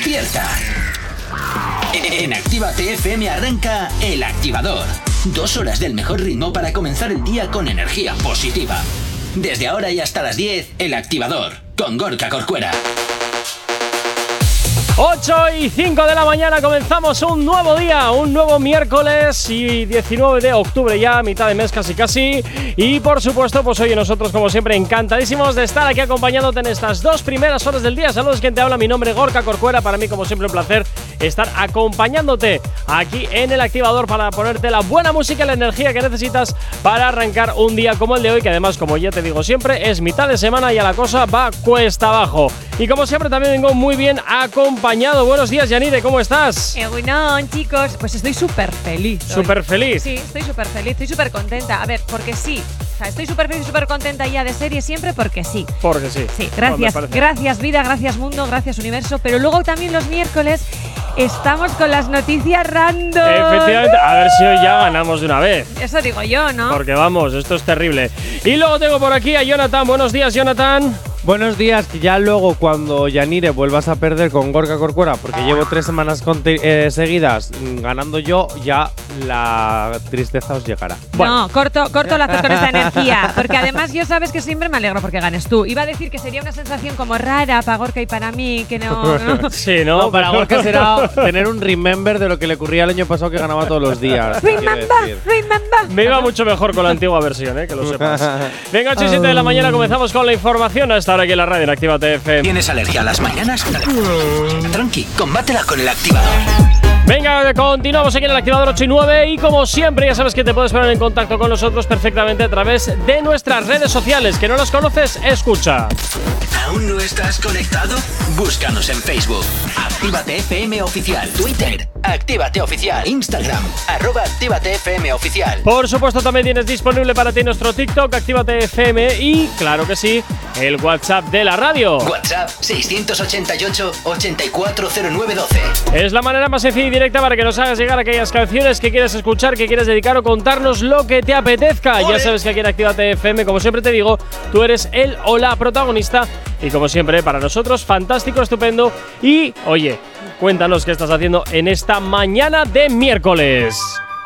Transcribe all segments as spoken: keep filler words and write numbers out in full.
despierta. En Actívate F M arranca El Activador. Dos horas del mejor ritmo para comenzar el día con energía positiva. Desde ahora y hasta las diez, El Activador, con Gorka Corcuera. ocho y cinco de la mañana comenzamos un nuevo día, un nuevo miércoles y diecinueve de octubre ya, mitad de mes casi casi. Y por supuesto, pues oye, nosotros como siempre encantadísimos de estar aquí acompañándote en estas dos primeras horas del día. Saludos, quien te habla, mi nombre es Gorka Corcuera. Para mí como siempre un placer estar acompañándote aquí en El Activador para ponerte la buena música y la energía que necesitas para arrancar un día como el de hoy, que además, como ya te digo siempre, es mitad de semana y a la cosa va cuesta abajo. Y como siempre también vengo muy bien acompañado. Buenos días, Yanire, ¿cómo estás? Eh, bueno, chicos, pues estoy súper feliz. ¿Súper feliz? Sí, estoy súper feliz, estoy súper contenta. A ver, porque sí. O sea, estoy súper feliz y súper contenta ya de serie siempre porque sí. Porque sí. Sí, gracias, pues gracias vida, gracias mundo, gracias universo. Pero luego también los miércoles estamos con las noticias random. Efectivamente, a ver si hoy ya ganamos de una vez. Eso digo yo, ¿no? Porque vamos, esto es terrible. Y luego tengo por aquí a Jonathan. Buenos días, Jonathan. Buenos días, que ya luego cuando Yanire vuelvas a perder con Gorka Corcuera, porque llevo tres semanas eh, seguidas ganando yo, ya la tristeza os llegará. Bueno. No, corto, corto lazo con esa energía, porque además yo sabes que siempre me alegro porque ganes tú. Iba a decir que sería una sensación como rara para Gorka y para mí, que no… no. Sí, ¿no? No, para Gorka será tener un remember de lo que le ocurría el año pasado que ganaba todos los días. Remember, remember. Me iba mucho mejor con la antigua versión, ¿eh? Que lo sepas. Venga, ocho y siete de la mañana comenzamos con la información. Hasta ahora aquí en la radio en Actívate F M. ¿Tienes alergia a las mañanas? Tranqui, combátela con El Activador. Venga, continuamos aquí en El Activador ocho y nueve y como siempre ya sabes que te puedes poner en contacto con nosotros perfectamente a través de nuestras redes sociales. ¿Que no las conoces? Escucha. ¿Aún no estás conectado? Búscanos en Facebook. Actívate F M Oficial. Twitter. Actívate Oficial. Instagram. Arroba Actívate F M Oficial. Por supuesto también tienes disponible para ti nuestro TikTok, Actívate F M y, claro que sí, el WhatsApp de la radio. WhatsApp seiscientos ochenta y ocho, ochenta y cuatro cero nueve doce. Es la manera más sencilla y directa para que nos hagas llegar aquellas canciones que quieres escuchar, que quieres dedicar o contarnos lo que te apetezca. ¡Olé! Ya sabes que aquí en Actívate F M, como siempre te digo, tú eres el o la protagonista y como siempre para nosotros, fantástico, estupendo y, oye, cuéntanos qué estás haciendo en esta mañana de miércoles.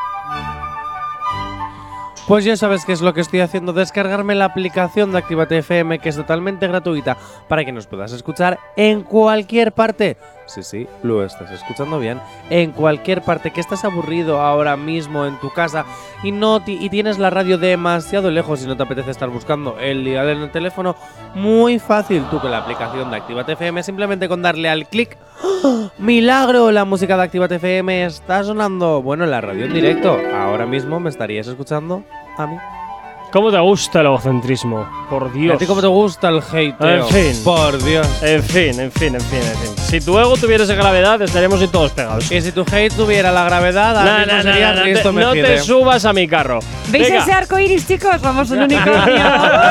Pues ya sabes qué es lo que estoy haciendo, descargarme la aplicación de Actívate F M, que es totalmente gratuita, para que nos puedas escuchar en cualquier parte. Sí, sí, lo estás escuchando bien. En cualquier parte, que estás aburrido ahora mismo en tu casa y no y tienes la radio demasiado lejos y no te apetece estar buscando el dial en el teléfono, muy fácil. Tú con la aplicación de Actívate F M, simplemente con darle al clic. ¡Oh! ¡Milagro! La música de Actívate F M está sonando, bueno, en la radio en directo. Ahora mismo me estarías escuchando a mí. ¿Cómo te gusta el egocentrismo? Por Dios. ¿A ti cómo te gusta el hateo? En fin. Por Dios. En fin, en fin, en fin, en fin. Si tu ego tuviese gravedad, estaríamos ahí todos pegados. Y si tu hate tuviera la gravedad, no, ahora no, mismo no, sería no, Risto no, te, no Mejide. te subas a mi carro. ¿Veis Venga. ese arco iris, chicos? Vamos, un unicornio.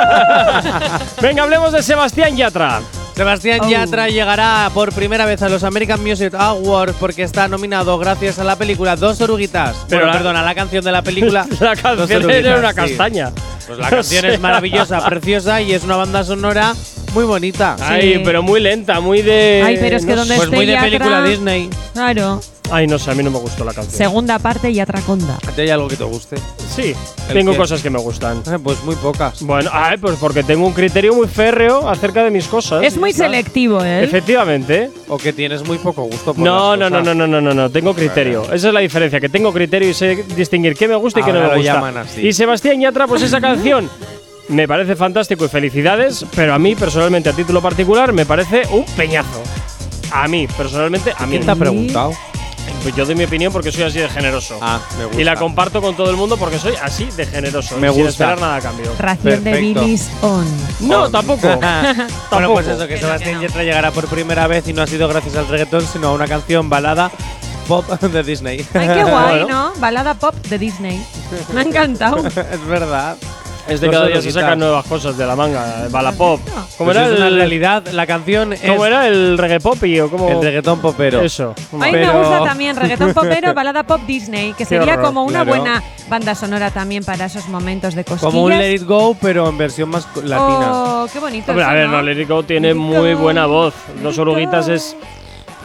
Venga, hablemos de Sebastián Yatra. Sebastián Oh. Yatra llegará por primera vez a los American Music Awards porque está nominado gracias a la película Dos Oruguitas. Pero Pero la- perdona, la canción de la película. La Dos canción Oruguitas, era una sí. castaña. Pues la canción es maravillosa, preciosa y es una banda sonora muy bonita. Ay, pero muy lenta, muy de… Ay, pero es que no donde sé. Pues esté muy de Yatra- película Disney. Claro. Ay, no sé, a mí no me gustó la canción. Segunda parte y Atraconda. ¿A ti hay algo que te guste? Sí, ¿El tengo qué? cosas que me gustan. Eh, Pues muy pocas. Bueno, ay, pues porque tengo un criterio muy férreo acerca de mis cosas. Es muy ¿sabes? selectivo, ¿eh? Efectivamente. O que tienes muy poco gusto por No, las no, no, cosas. no, no, no, no, no, tengo criterio. Esa es la diferencia, que tengo criterio y sé distinguir qué me gusta y qué no Ahora me lo gusta. llaman así. Y Sebastián Yatra, pues esa canción me parece fantástico y felicidades, pero a mí personalmente, a título particular, me parece un peñazo. A mí, personalmente, a mí. ¿Quién te ha preguntado? Pues yo doy mi opinión porque soy así de generoso. Ah, me gusta. Y la comparto con todo el mundo porque soy así de generoso. Me y sin gusta. esperar nada a cambio. Ración de Perfecto. bilis on. No, tampoco. Bueno, Tampoco. pues eso, que Sebastián Yatra llegará por primera vez y no ha sido gracias al reggaetón, sino a una canción balada pop de Disney. Ay, qué guay, Bueno. ¿no? Balada pop de Disney. Me ha encantado. Es verdad. Es de Dos cada día se oruguitas. sacan nuevas cosas de la manga. Balapop. ¿Cómo Pues era es una el, realidad, la canción es ¿Cómo era el reggae popi o cómo? el reggaetón popero. Eso. A mí Pero- me gusta también reggaetón popero, balada pop Disney, que sería horror, como una claro. buena banda sonora también para esos momentos de cosquillas. Como un Let It Go, pero en versión más co- latina. Oh, qué bonito. Hombre, a eso, ver, ¿no? no, Let It Go tiene Let It muy Go, buena voz. Let Dos It oruguitas Go. es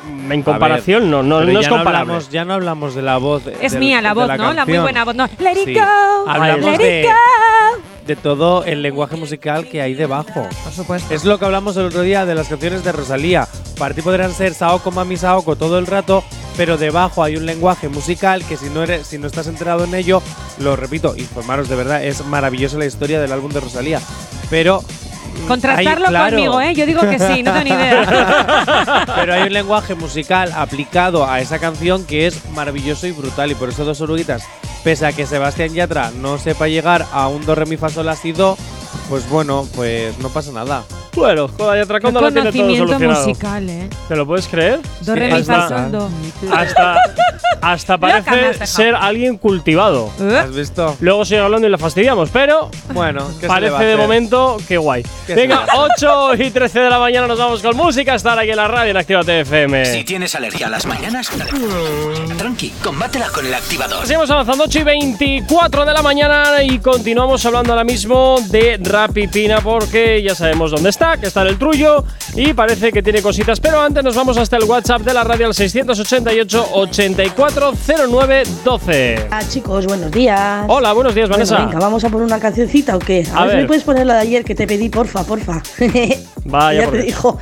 en comparación ver, no, no, pero no es ya comparable. hablamos, ya no hablamos de la voz. Es de, mía la de voz, la ¿no? La muy canción. buena voz, ¿no? Let it Sí. go. Hablamos Let de, it go. de todo el lenguaje musical que hay debajo. Por supuesto. Es lo que hablamos el otro día de las canciones de Rosalía. Para ti podrán ser Saoko Mami Saoko todo el rato, pero debajo hay un lenguaje musical que si no eres, si no estás enterado en ello, lo repito, informaros de verdad, es maravillosa la historia del álbum de Rosalía. Pero Contrastarlo hay, claro, conmigo, ¿eh? Yo digo que sí, no tengo ni idea. pero hay un lenguaje musical aplicado a esa canción que es maravilloso y brutal, y por eso Dos Oruguitas, pese a que Sebastián Yatra no sepa llegar a un do re mi fa sol la si do, pues bueno, pues no pasa nada. Bueno, joder, Atraconda Qué lo tiene todo conocimiento solucionado. musical, ¿eh? ¿Te lo puedes creer? Do, re, Sí, mi, fa, hasta- sol, do. Hasta, hasta Loca me has parece dejado. ser alguien cultivado. ¿Eh? ¿Has visto? Luego sigue hablando y le fastidiamos, pero Bueno, ¿qué se le va parece a de hacer? momento que guay. ¿Qué se Venga, le va a ocho y trece de la mañana nos vamos con música. Estar aquí en la radio en Actívate F M. Si tienes alergia a las mañanas, tranqui, combátela con el activador. Seguimos avanzando, ocho y veinticuatro de la mañana y continuamos hablando ahora mismo de Rappi Pina porque ya sabemos dónde está, que está en el Trullo y parece que tiene cositas. Pero antes nos vamos hasta el WhatsApp de la radio al seiscientos ochenta y ocho, ochenta y cuatro cero nueve doce. Ah, chicos, buenos días. Hola, buenos días, Bueno, Vanessa. venga, ¿vamos a poner una cancioncita o qué? A, A ver, si ver. me puedes poner la de ayer que te pedí, porfa, porfa. Vaya ya por te Dios. dijo,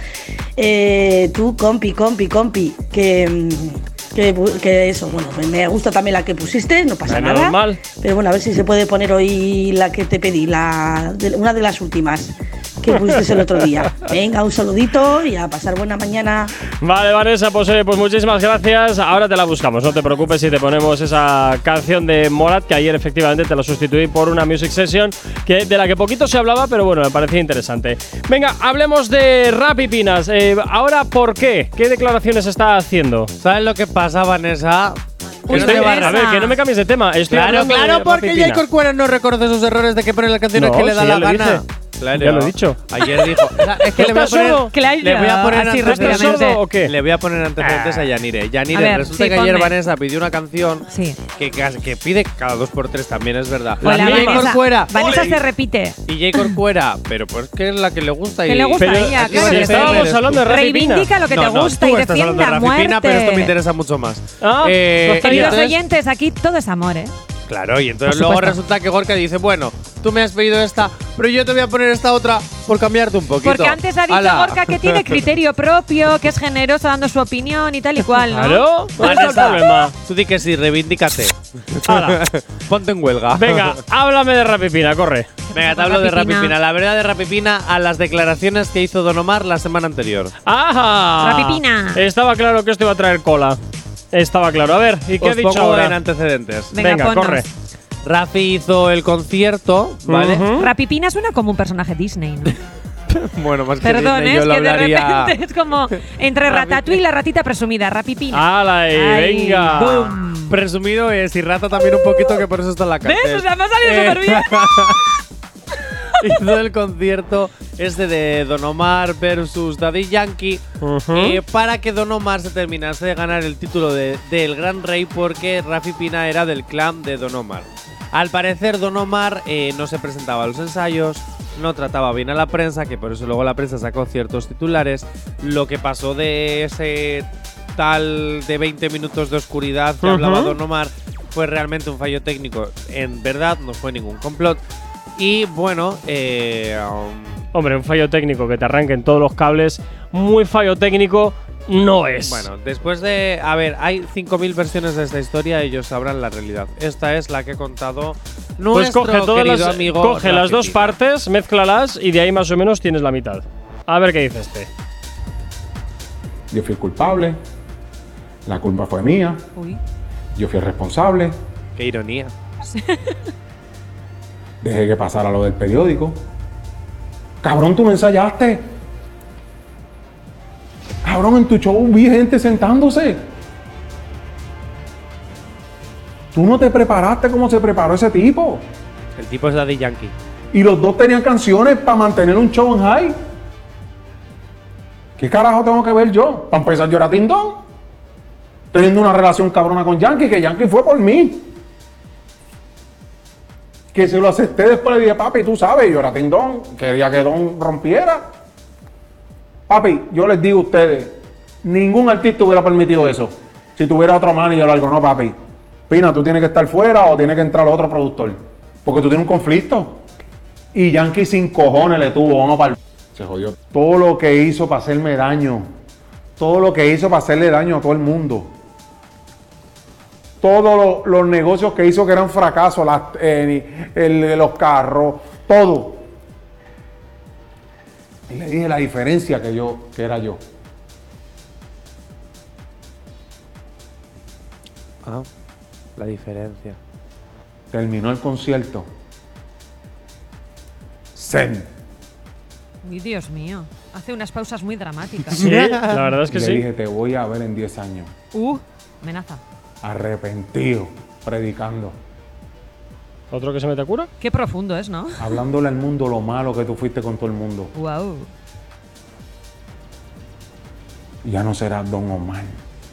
eh, tú, compi, compi, compi, que, mm, que, pu- que eso, bueno, me- me gusta también la que pusiste, no pasa Menos nada. mal. Pero bueno, a ver si se puede poner hoy la que te pedí, la de- una de las últimas que pusiste el otro día. Venga, un saludito y a pasar buena mañana. Vale, Vanessa, pues oye, pues muchísimas gracias. Ahora te la buscamos, no te preocupes si te ponemos esa canción de Morat, que ayer efectivamente te la sustituí por una Music Session que, de la que poquito se hablaba, pero bueno, me parecía interesante. Venga, hablemos de Rappi Pinas. Eh, ahora, ¿por qué? ¿Qué declaraciones está haciendo? ¿Sabes lo que pasa, Vanessa? Que no Estoy- te va Vanessa. a ver, que no me cambies de tema. Estoy Claro, hablando de claro, porque Rappi Pina. Jay Corcuera no reconoce sus errores de que pone las canciones No, que le da sí, la ya lo gana. dije. Claro. Ya lo he dicho. Ayer dijo. Es que le voy a ¿Estás poner. sordo? Claro, le voy a poner así ¿Estás rápidamente. sordo o qué? Le voy a poner antecedentes a Yanire. A Yanire, ver, resulta sí, que ayer ponme. Vanessa pidió una canción Sí. que, casi- que pide cada dos por tres también, es verdad. Hola, La Jay Vanessa. Corcuera. Vanessa se repite. Y Jay Corcuera, pero pues que es la que le gusta. Que y le gusta Pero a ella, si claro que sí. estábamos hablando de Rappi Pina. Reivindica lo que No, te no, gusta tú y estás defiende hablando de a Rappi muerte. Pina, pero esto me interesa mucho más. Ah, Eh, pues está y bien. Queridos entonces- oyentes, aquí todo es amor, ¿eh? Claro, y entonces Por luego supuesto. resulta que Gorka dice, bueno, tú me has pedido esta, pero yo te voy a poner esta otra por cambiarte un poquito. Porque antes ha dicho Ala. Gorka que tiene criterio propio, que es generoso dando su opinión y tal y cual, ¿no? Claro, ¿dónde está el Vanessa, problema? Tú di que sí, reivindícate. Hala. Ponte en huelga. Venga, háblame de Rappi Pina, corre. Venga, te hablo de Rappi Pina. Rappi Pina. La verdad de Rappi Pina a las declaraciones que hizo Don Omar la semana anterior. ¡Ajá! Rappi Pina. Estaba claro que esto iba a traer cola. Estaba claro. A ver, ¿y qué Os ha dicho pongo ahora? en antecedentes. Venga, Venga, ponnos. corre. Rafi hizo el concierto, ¿vale? Ujú. Rappi Pina suena como un personaje Disney, ¿no? Bueno, más que Perdón, Disney, ¿eh? yo es lo que de hablaría… repente es como entre Ratatouille y la ratita presumida, Rappi Pina. ¡Hala ahí, Ay, venga! boom. Presumido es y rata también un poquito, que por eso está en la cárcel. ¿Ves? O sea, me ha salido Eh, súper bien. Hizo el concierto este de Don Omar versus Daddy Yankee Ujú. eh, para que Don Omar se terminase de ganar el título de, del Gran Rey, porque Rafi Pina era del clan de Don Omar. Al parecer Don Omar eh, no se presentaba a los ensayos, no trataba bien a la prensa, que por eso luego la prensa sacó ciertos titulares. Lo que pasó de ese tal de veinte minutos de oscuridad que Ujú. hablaba Don Omar fue realmente un fallo técnico. En verdad no fue ningún complot. Y bueno, eh, um, Hombre, un fallo técnico que te arranquen todos los cables. Muy fallo técnico no es. bueno, después de… A ver, hay cinco mil versiones de esta historia, ellos sabrán la realidad. Esta es la que he contado pues nuestro coge todas querido las, amigo coge las Rafi dos Pina. partes, mézclalas y de ahí más o menos tienes la mitad. A ver qué dice este. Yo fui el culpable, la culpa fue mía, Uy. yo fui el responsable, Qué ironía. dejé que pasara lo del periódico. Cabrón, tú me ensayaste. Cabrón, en tu show vi gente sentándose. Tú no te preparaste como se preparó ese tipo. El tipo es Daddy Yankee. Y los dos tenían canciones para mantener un show en high. ¿Qué carajo tengo que ver yo? Para empezar, yo era Tindón. Teniendo una relación cabrona con Yankee, que Yankee fue por mí. Que se lo acepté después, le dije, papi, tú sabes, yo era Tindón. Quería que Don rompiera. Papi, yo les digo a ustedes, Ningún artista hubiera permitido eso. Si tuviera otro manager o algo, no, papi. Pina, tú tienes que estar fuera o tiene que entrar otro productor. Porque tú tienes un conflicto. Y Yankee sin cojones le tuvo, vamos para el... Se jodió. Todo lo que hizo para hacerme daño. Todo lo que hizo para hacerle daño a todo el mundo. Todos lo, los negocios que hizo que eran fracasos, las, eh, el, los carros, todo. Y le dije la diferencia que yo, que era yo. Ah, la diferencia. Terminó el concierto. Zen. Uy, Dios mío. Hace unas pausas muy dramáticas. Sí, la verdad es que y le sí. dije, te voy a ver en diez años. Uh, amenaza. Arrepentido, predicando. ¿Otro que se mete a cura? Qué profundo es, ¿no? Hablándole al mundo lo malo que tú fuiste con todo el mundo. Wow. Ya no serás Don Omar.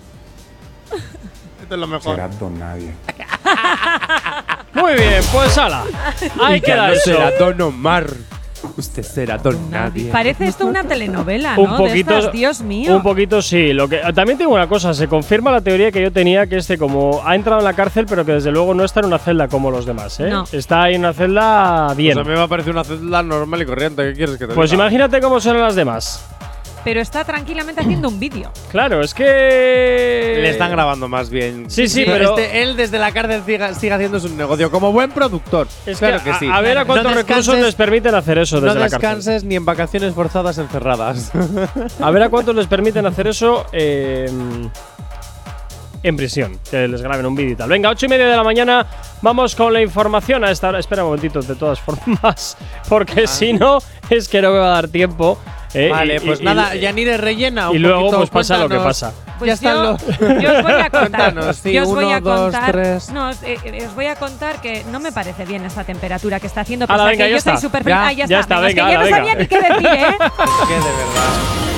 Esto es lo mejor. Serás Don Nadie. Muy bien, pues ala. Ahí queda no eso. será Don Omar. Usted será Don Nadie. Parece esto una telenovela, ¿no? Un poquito, De estas, Dios mío. Un poquito sí. Lo que, también tengo una cosa, se confirma la teoría que yo tenía que este como ha entrado en la cárcel, pero que desde luego no está en una celda como los demás, ¿eh? No. Está ahí en una celda bien. Pues a mí me parece una celda normal y corriente. ¿Qué quieres que te Pues diga? imagínate cómo son las demás. Pero está tranquilamente haciendo un vídeo. Claro, es que… Le están grabando más bien. Sí, sí, pero… Este, él desde la cárcel siga, sigue haciendo su negocio como buen productor. Es claro que, que, sí. A, a ver a cuántos No reclusos descanses- les permiten hacer eso desde No la cárcel. descanses ni en vacaciones forzadas encerradas. A ver a cuántos les permiten hacer eso eh, en prisión, que les graben un vídeo y tal. Venga, ocho y media de la mañana, vamos con la información a esta hora. Espera un momentito, de todas formas, porque si no, es que no me va a dar tiempo. eh, Vale, y- pues y- nada, y- Yanire rellena un y luego poquito, pues pasa lo que cuéntanos. pasa. Pues ya están yo, los… yo os voy a contar. Cuéntanos, sí, yo os voy uno, a dos, contar. tres. No, os, eh, eh, os voy a contar que no me parece bien esta temperatura que está haciendo. Ala, Pese a venga, que ya yo soy está. súper Ya, feliz. Ah, ya, ya está. está, Venga, es que venga, ya no ala, sabía venga. ni qué decir, ¿eh? Es que de verdad.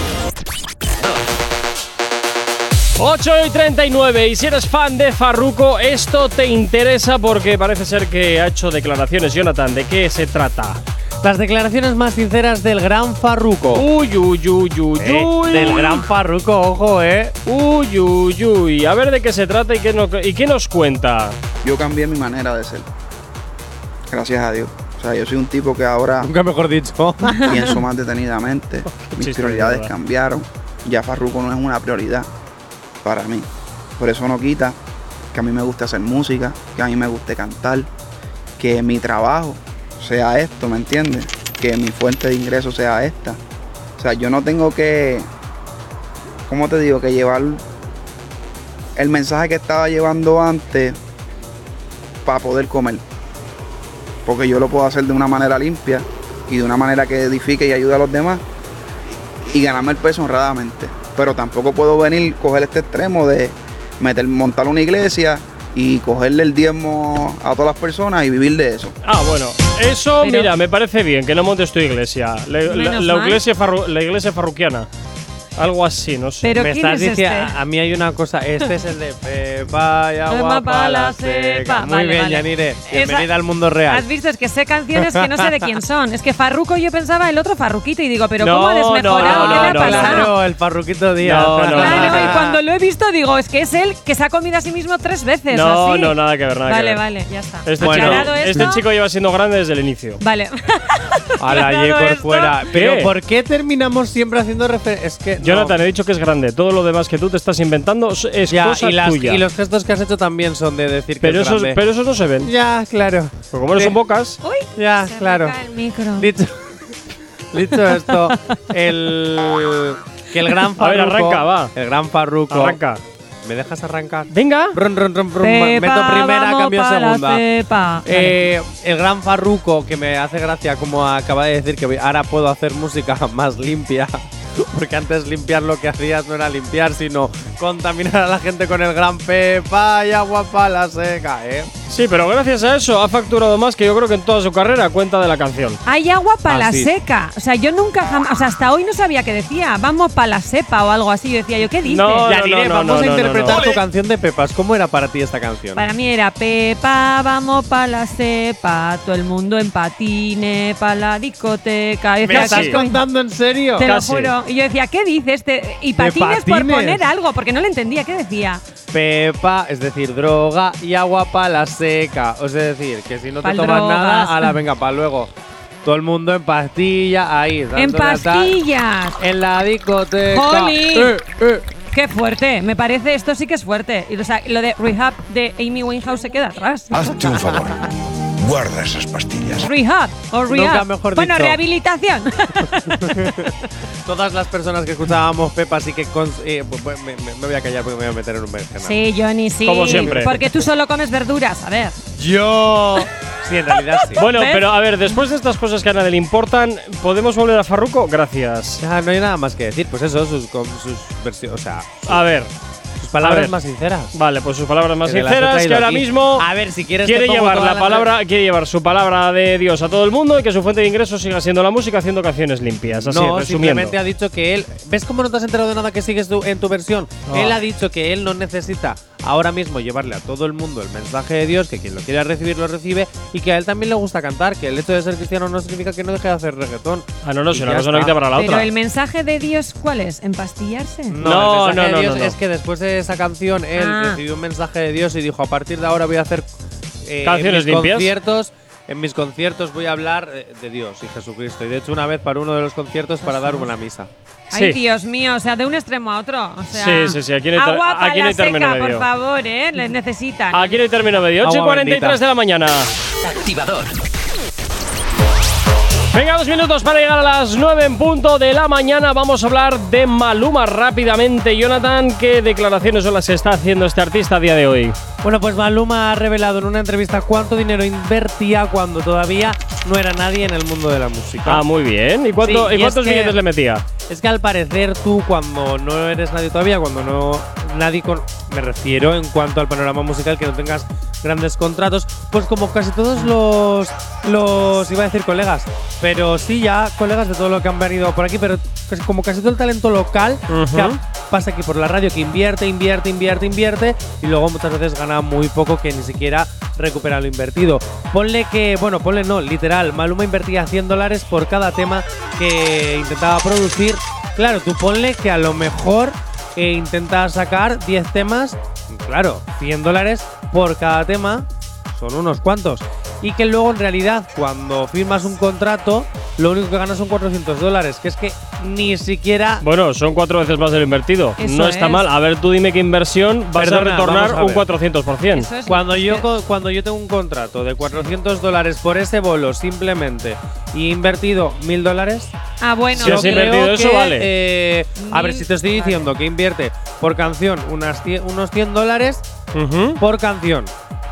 ocho y treinta y nueve, y si eres fan de Farruko, esto te interesa porque parece ser que ha hecho declaraciones. Jonathan, ¿de qué se trata? Las declaraciones más sinceras del gran Farruko. Uy, uy, uy, uy, Eh, uy. del gran Farruko, ojo, eh. Uy, uy, uy. A ver de qué se trata y qué, no- y qué nos cuenta. Yo cambié mi manera de ser. Gracias a Dios. O sea, yo soy un tipo que ahora Nunca mejor dicho. pienso más detenidamente. Mis chiste, prioridades ¿verdad? cambiaron. Ya Farruko no es una prioridad para mí. Por eso no quita que a mí me guste hacer música, que a mí me guste cantar, que mi trabajo sea esto, ¿me entiendes? Que mi fuente de ingreso sea esta. O sea, yo no tengo que, ¿cómo te digo? Que llevar el mensaje que estaba llevando antes para poder comer. Porque yo lo puedo hacer de una manera limpia y de una manera que edifique y ayude a los demás y ganarme el peso honradamente. Pero tampoco puedo venir, coger este extremo de meter, montar una iglesia y cogerle el diezmo a todas las personas y vivir de eso. Ah, bueno, eso, Pero- mira, me parece bien que no montes tu iglesia. La, la- Menos la mal. iglesia farru- la iglesia farruquiana. Algo así, no sé. Pero Me ¿quién estás es diciendo, este? a mí hay una cosa, este es el de Pepa y agua Pepa pa' la la seca. seca. Muy Vale, bien, vale. Yanire. Esa- Bienvenida al mundo real. Has visto, es que sé canciones que no sé de quién son. Es que Farruko yo pensaba el otro Farruquito y digo, pero No, ¿cómo ha no, desmejorado? no, ¿Qué le ha no, pasado? Claro, el Farruquito Díaz. No, no, Claro, no. y cuando lo he visto digo, es que es él que se ha comido a sí mismo tres veces. no, ¿o así? no, nada que ver, nada Vale, que ver. vale, ya está. Este, Bueno, chico, Aclarado este esto- chico lleva siendo grande desde el inicio. Vale. A la Aclarado J por esto. fuera. Pero ¿Qué? ¿por qué terminamos siempre haciendo referencia? Es que. no. Jonathan, he dicho que es grande. Todo lo demás que tú te estás inventando es Ya, cosa y, las- tuya. y los gestos que has hecho también son de decir que pero, es esos, grande. pero esos no se ven. Ya, claro. Porque como no Sí. son bocas. Uy, Ya, se me claro. cae el micro. Dicho, dicho esto, el. Que el gran A Farruko. ver, arranca, va. El gran Farruko. Arranca. ¿Me dejas arrancar? Venga. Rum, rum, rum, rum. Pepa, Meto primera, vamos cambio pa' la segunda. cepa. Eh, el gran Farruko, que me hace gracia como acaba de decir que voy- ahora puedo hacer música más limpia. Porque antes limpiar lo que hacías no era limpiar, sino contaminar a la gente con el gran Pepa y agua para la seca, ¿eh? Sí, pero gracias a eso ha facturado más que yo creo que en toda su carrera a cuenta de la canción. Hay agua para Ah, la sí. seca. O sea, yo nunca jamás, o sea, hasta hoy no sabía qué decía. Vamos para la sepa o algo así. Yo decía, ¿yo qué dices? No, Yanire, no, vamos no, a no, interpretar no. tu canción de Pepas. ¿Cómo era para ti esta canción? Para mí era Pepa, vamos para la sepa, todo el mundo en patine, para la discoteca. Y ¿Me decía, estás Casi. "¿Qué coño?". contando en serio? Te lo Casi. juro. Y yo decía, ¿qué dices? Te- y patines, por patines? poner algo, porque no le entendía. ¿Qué decía? Pepa, es decir, droga y agua para la seca. O es decir, que si no te Pa'l tomas drogas. nada, ala, venga, para luego. Todo el mundo en pastilla, ahí. En dándole a tal, pastillas. En la discoteca. ¡Jolín! Eh, eh. Qué fuerte. Me parece, esto sí que es fuerte. Y o sea, lo de Rehab de Amy Winehouse se queda atrás. Hazte un favor. Guarda esas pastillas. Rehab o Nunca Rehab. mejor Bueno, dicho. rehabilitación. Todas las personas que escuchábamos Pepa, sí que. cons- eh, pues, pues, me, me- me voy a callar porque me voy a meter en un berenjenal. Sí, Johnny, sí. Como siempre. Porque tú solo comes verduras, a ver. Yo. Sí, en realidad sí. Bueno, ¿Ves? pero a ver, después de estas cosas que a nadie le importan, ¿podemos volver a Farruko? Gracias. Ya, no hay nada más que decir. Pues eso, sus, con sus versiones. O sea, A ver, sus a palabras ver. más sinceras. vale, pues sus palabras más Que las he sinceras, que traído ahora aquí. mismo A ver, si quieres. te quiere pongo llevar toda la palabra, quiere llevar su palabra de Dios a todo el mundo y que su fuente de ingresos siga siendo la música haciendo canciones limpias. Así, No, resumiendo. simplemente ha dicho que él. ¿Ves cómo no te has enterado de nada que sigues tú en tu versión? Ah. Él ha dicho que él no necesita ahora mismo llevarle a todo el mundo el mensaje de Dios, que quien lo quiera recibir lo recibe y que a él también le gusta cantar, que el hecho de ser cristiano no significa que no deje de hacer reggaetón. Ah, no, no, Y si una ya cosa no está. quita para la Pero otra. el mensaje de Dios, ¿cuál es? ¿Empastillarse? No, el mensaje no, de no, Dios no, no. es que después de esa canción él Ah. recibió un mensaje de Dios y dijo: a partir de ahora voy a hacer eh, Canciones en mis limpias. conciertos. En mis conciertos voy a hablar eh, de Dios y Jesucristo. Y de hecho, una vez para uno de los conciertos para dar una misa. Ay, Sí. Dios mío, o sea, de un extremo a otro. O sea, Sí, sí, sí, aquí no hay ter- agua para aquí no la hay término seca, medio. por favor, ¿eh? Les necesitan. Aquí no hay término medio. ocho y Agua cuarenta y tres bendita. de la mañana. Activador. Venga, dos minutos para llegar a las nueve en punto de la mañana. Vamos a hablar de Maluma rápidamente. Jonathan, ¿qué declaraciones son las que está haciendo este artista a día de hoy? Bueno, pues Maluma ha revelado en una entrevista cuánto dinero invertía cuando todavía no era nadie en el mundo de la música. Ah, muy bien. ¿Y, cuánto, Sí, ¿y y cuántos es que- billetes le metía? Es que al parecer tú cuando no eres nadie todavía, cuando no nadie con, me refiero en cuanto al panorama musical, que no tengas grandes contratos, pues como casi todos los los iba a decir colegas, pero sí ya colegas de todo lo que han venido por aquí, pero casi- como casi todo el talento local Ujú. que pasa aquí por la radio, que invierte, invierte, invierte, invierte y luego muchas veces gana muy poco, que ni siquiera recupera lo invertido. Ponle que, bueno, ponle no, literal, Maluma invertía cien dólares por cada tema que intentaba producir. Claro, tú ponle que a lo mejor eh, intenta sacar diez temas, claro, cien dólares por cada tema, son unos cuantos. Y que luego en realidad cuando firmas un contrato, lo único que ganas son cuatrocientos dólares, que es que ni siquiera… Bueno, son cuatro veces más de lo invertido. Eso no está es. mal. A ver, tú dime qué inversión vas Perdona, a retornar vamos a un ver. cuatrocientos por ciento. Eso es- Cuando yo, es que- co- cuando yo tengo un contrato de cuatrocientos dólares por ese bolo simplemente y he invertido mil dólares, Ah, bueno. Si yo has que- creo invertido eso, que, vale. eh, a ver, Mil- si te estoy diciendo que invierte por canción unas cien- unos cien dólares Ujú. por canción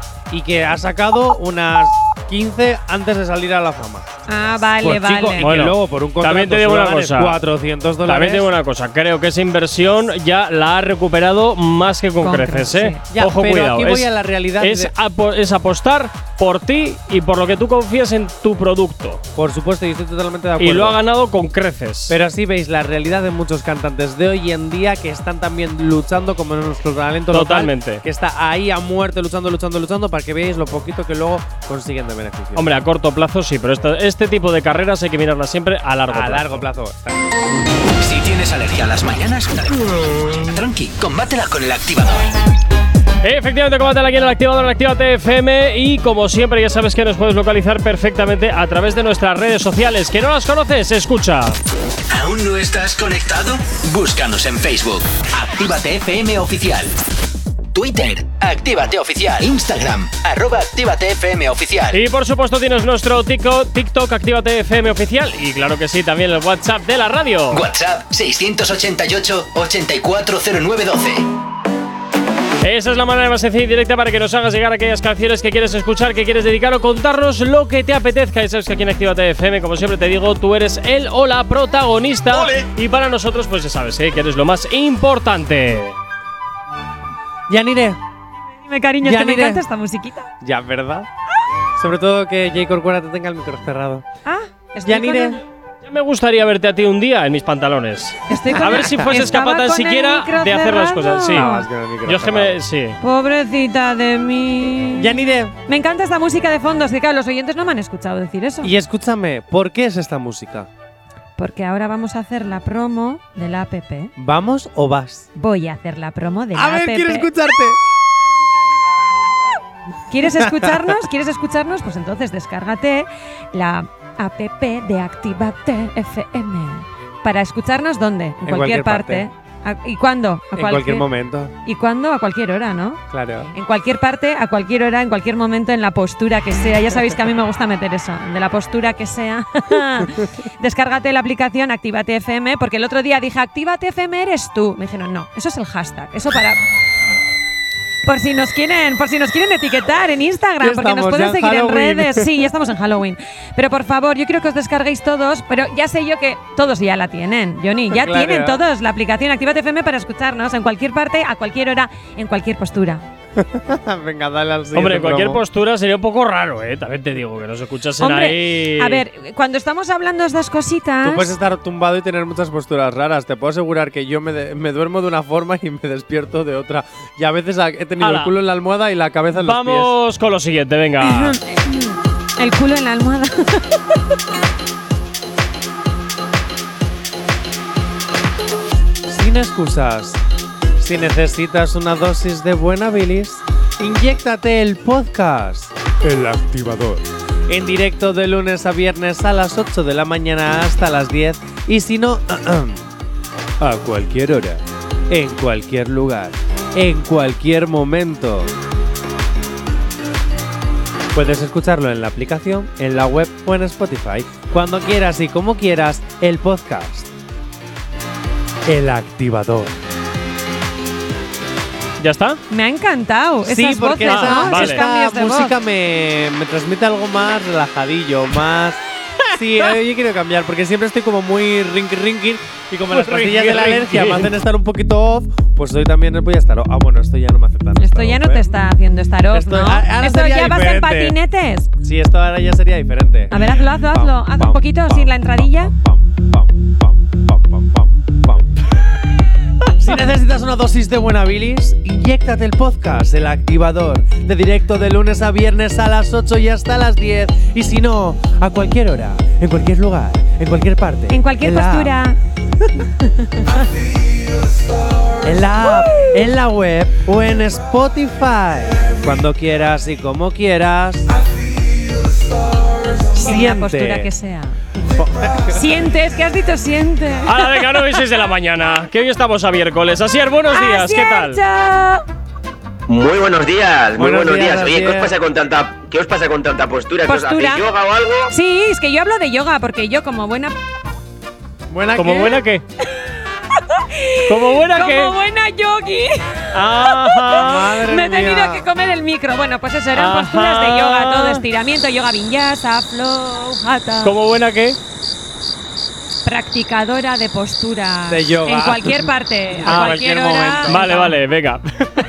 y que ha sacado unas quince antes de salir a la fama. Ah, vale, Pues, vale. chico, y Bueno, que luego por un contrato también te digo solo una ganes cosa. cuatrocientos dólares. También te digo una cosa, creo que esa inversión ya la ha recuperado más que con, Con creces, creces, ¿eh? Ya, Ojo, pero cuidado. aquí voy es, a la realidad es, de- apo- es apostar por ti y por lo que tú confías en tu producto. Por supuesto, y estoy totalmente de acuerdo. Y lo ha ganado con creces. Pero así veis la realidad de muchos cantantes de hoy en día que están también luchando como nuestro talento Totalmente. local, que está ahí a muerte luchando, luchando, luchando para que veáis lo poquito que luego consiguen de beneficio. Hombre, a corto plazo sí, pero esta- este tipo de carreras hay que mirarlas siempre a largo a plazo. largo plazo. Si tienes alergia a las mañanas, tranqui, combátela con el activador. Efectivamente, combátela aquí en el activador, en Actívate F M. Y como siempre, ya sabes que nos puedes localizar perfectamente a través de nuestras redes sociales. ¿Que no las conoces? Escucha. ¿Aún no estás conectado? Búscanos en Facebook. Actívate F M Oficial. Twitter, Actívate Oficial. Instagram, arroba Actívate F M Oficial. Y por supuesto tienes nuestro TikTok, TikTok Actívate F M Oficial. Y claro que sí, también el WhatsApp de la radio. WhatsApp seiscientos ochenta y ocho, ochenta y cuatro cero nueve doce. Esa es la manera más sencilla y directa para que nos hagas llegar aquellas canciones que quieres escuchar, que quieres dedicar o contarnos lo que te apetezca. Y sabes que aquí en Actívate F M, como siempre te digo, tú eres el o la protagonista. ¡Ole! Y para nosotros, pues ya sabes, ¿eh? que eres lo más importante. Yanire. Dime, cariño, es que me Yanire. encanta esta musiquita. Ya, ¿verdad? Sobre todo que J. Corcuera te tenga el micro cerrado. Ah, estoy Yanire. con el- Ya me gustaría verte a ti un día en mis pantalones. Estoy con A ver el- si fueses Estaba capaz tan con el siquiera micro de hacer las cerrado. cosas. Sí. Estabas con el micro Yo es que me. cerrado. Sí. Pobrecita de mí. Yanire. Me encanta esta música de fondo. Es que claro, los oyentes no me han escuchado decir eso. Y escúchame, ¿por qué es esta música? Porque ahora vamos a hacer la promo de la app. ¿Vamos o vas? Voy a hacer la promo de la A app. ver, quiero escucharte. ¿Quieres escucharnos? ¿Quieres escucharnos? Pues entonces descárgate la app de Actívate F M. ¿Para escucharnos dónde? En, cualquier, cualquier parte. ¿A- ¿Y cuándo? A En cualquier momento. ¿Y cuándo? A cualquier hora, ¿no? Claro. En cualquier parte, a cualquier hora, en cualquier momento, en la postura que sea. Ya sabéis que a mí me gusta meter eso, de la postura que sea. Descárgate la aplicación Actívate F M, porque el otro día dije, Actívate F M eres tú. Me dijeron, no, eso es el hashtag. Eso para... Por si nos quieren, por si nos quieren etiquetar en Instagram, Ya porque nos estamos, pueden ya en seguir en Halloween. redes. Sí, ya estamos en Halloween. Pero por favor, yo quiero que os descarguéis todos, pero ya sé yo que todos ya la tienen, Johnny. Ya Claro. tienen todos la aplicación Actívate F M para escucharnos en cualquier parte, a cualquier hora, en cualquier postura. Venga, dale al siguiente Hombre, en cualquier promo. postura sería un poco raro, ¿eh? También te digo, que nos escuchasen Hombre, ahí. a ver, cuando estamos hablando de estas cositas… Tú puedes estar tumbado y tener muchas posturas raras. Te puedo asegurar que yo me, de- me duermo de una forma y me despierto de otra. Y a veces he tenido Ala. el culo en la almohada y la cabeza en los pies. Vamos con lo siguiente, venga. El culo en la almohada. Sin excusas. Si necesitas una dosis de buena bilis, inyéctate el podcast. El Activador. En directo de lunes a viernes a las ocho de la mañana hasta las diez. Y si no, a cualquier hora, en cualquier lugar, en cualquier momento. Puedes escucharlo en la aplicación, en la web o en Spotify. Cuando quieras y como quieras, el podcast. El Activador. ¿Ya está? Me ha encantado. Sí, esas porque voces, esa, ¿no? vale. Esos esta cambios de voz. música me, me transmite algo más relajadillo, más… Sí, eh, yo quiero cambiar, porque siempre estoy como muy rinky rinky y como las pastillas de la Rinky, alergia rinky. me hacen estar un poquito off, pues hoy también voy a estar off. Ah, bueno, esto ya no me hace tan Esto estar ya off, no te ¿eh? está haciendo estar off, Esto- ¿no? a- ahora Esto sería ya vas en diferente. patinetes. Sí, esto ahora ya sería diferente. A ver, hazlo, hazlo, hazlo. Pam, Haz un pam, poquito pam, sin la entradilla. pam, pam, pam, pam, pam, pam, pam. Si necesitas una dosis de buena bilis, inyéctate el podcast, El Activador, de directo de lunes a viernes a las ocho y hasta las diez. Y si no, a cualquier hora, en cualquier lugar, en cualquier parte. En cualquier la postura. app, En la app, en la web o en Spotify. Cuando quieras y como quieras. En la postura que sea. Sientes, ¿qué has dicho? Siente. Ahora, venga, nueve y seis de la mañana, que hoy estamos a miércoles. Asier, buenos días, ¿qué tal? ¡Acierto! Muy buenos días, muy Buenos buenos, días, días. Oye, ¿qué os Asier. pasa con tanta, qué os pasa con tanta postura? ¿Qué os Postura. hacéis yoga o algo? Sí, es que yo hablo de yoga porque yo como buena ¿Buena ¿Como qué? buena qué? ¿Como buena qué? como buena yogi Ajá. Madre me he tenido mía. que comer el micro. Bueno, pues eso eran Ajá. posturas de yoga, todo estiramiento, yoga vinyasa, flow, hatha. ¿Como buena qué? Practicadora de posturas. De yoga. En cualquier parte, a Ah, cualquier, cualquier hora. momento. Vale, vale, venga.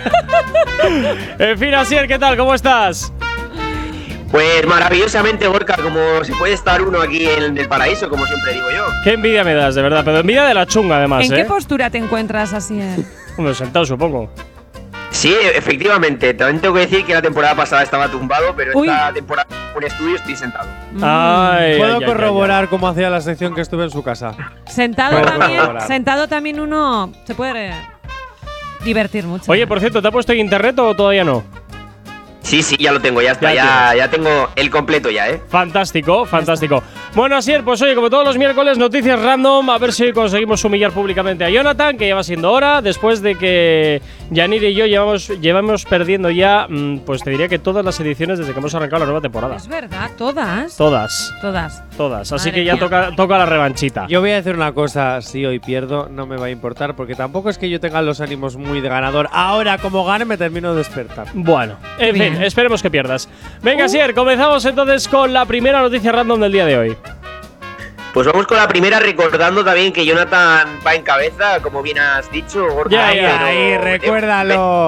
En fin, Asier, ¿qué tal? ¿Cómo estás? Pues maravillosamente, Gorka, como se puede estar uno aquí en el paraíso, como siempre digo yo. Qué envidia me das, de verdad, pero envidia de la chunga, además, ¿En ¿eh? qué postura te encuentras, Asier? Bueno, sentado, supongo. Sí, efectivamente, también tengo que decir que la temporada pasada estaba tumbado, pero Uy. esta temporada con estudio estoy sentado. Ay, Puedo ay, ay, corroborar cómo hacía la sección que estuve en su casa. Sentado Puedo también, corroborar. sentado también uno se puede divertir mucho. Oye, por cierto, ¿te ha puesto en internet o todavía no? Sí, sí, ya lo tengo, ya está, Ya ya, ya tengo el completo ya, ¿eh? Fantástico, fantástico. Bueno, Asier, pues oye, como todos los miércoles, noticias random. A ver si conseguimos humillar públicamente a Jonathan, que ya va siendo hora. Después de que Yanir y yo llevamos, llevamos perdiendo ya, mm, pues te diría que todas las ediciones desde que hemos arrancado la nueva temporada. Es verdad, todas. Todas, Todas. todas. Así Madre que ya mía. toca, toca la revanchita. Yo voy a decir una cosa, si hoy pierdo no me va a importar, porque tampoco es que yo tenga los ánimos muy de ganador. Ahora, como gane, me termino de despertar. Bueno, en Bien. fin, esperemos que pierdas. Venga, Uh. Asier, comenzamos entonces con la primera noticia random del día de hoy. Pues vamos con la primera, recordando también que Jonathan va en cabeza, como bien has dicho, Gorka. Ya, ya, pero- Ahí, recuérdalo.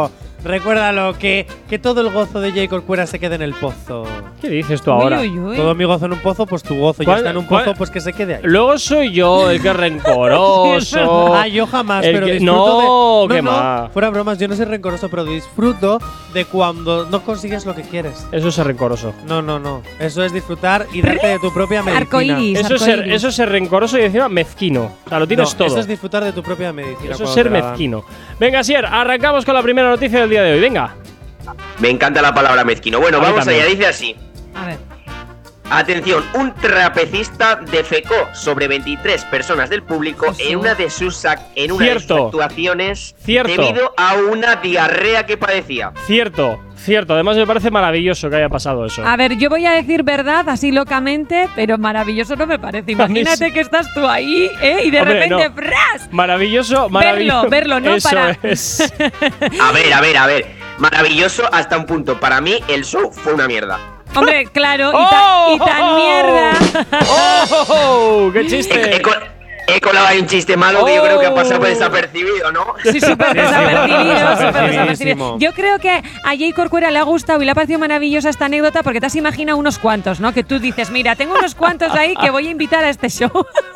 Recuérdalo, que, que todo el gozo de J. Corcuera se quede en el pozo. ¿Qué dices tú ahora? Uy, uy, uy. Todo mi gozo en un pozo, pues tu gozo ya ¿Cuál- está en un cuál- pozo, pues que se quede ahí. Luego soy yo el que es rencoroso. Ah, yo jamás, el pero que- disfruto no, de… qué no, va. no, fuera bromas, yo no soy rencoroso, pero disfruto de cuando no consigues lo que quieres. Eso es ser rencoroso. No, no, no. Eso es disfrutar y darte de tu propia medicina. Arcoiris. Eso es, ser, arcoíris. eso es ser rencoroso y encima mezquino. O sea, lo tienes No, todo. Eso es disfrutar de tu propia medicina. Eso es cuando ser te la dan. mezquino. Venga, Sier, arrancamos con la primera noticia del día de hoy. Venga. Me encanta la palabra mezquino. Bueno, A mí vamos también. allá, dice así. A ver. Atención, un trapecista defecó sobre veintitrés personas del público Jesús. en una de sus ac- en una de sus Cierto. actuaciones Cierto. debido a una diarrea que padecía. Cierto, cierto. Además, me parece maravilloso que haya pasado eso. A ver, yo voy a decir verdad así locamente, pero maravilloso no me parece. A mí Imagínate sí. que estás tú ahí, ¿eh? Y de Hombre, repente, no. ¡fras! Maravilloso, maravilloso. verlo, ¿no? Eso Para- es. A ver, a ver, a ver. Maravilloso hasta un punto. Para mí, el show fue una mierda. Hombre, claro, y, ta- y tan ¡Oh! mierda. ¡Oh! ¡Qué He, chiste! he col- he colado ahí un chiste malo que yo creo que ha pasado por Oh. desapercibido, ¿no? Sí, súper Sí, sí, desapercibido, bueno, súper desapercibidísimo. desapercibido. Yo creo que a Jay Corcuera le ha gustado y le ha parecido maravillosa esta anécdota porque te has imaginado unos cuantos, ¿no? Que tú dices, mira, tengo unos cuantos ahí que voy a invitar a este show.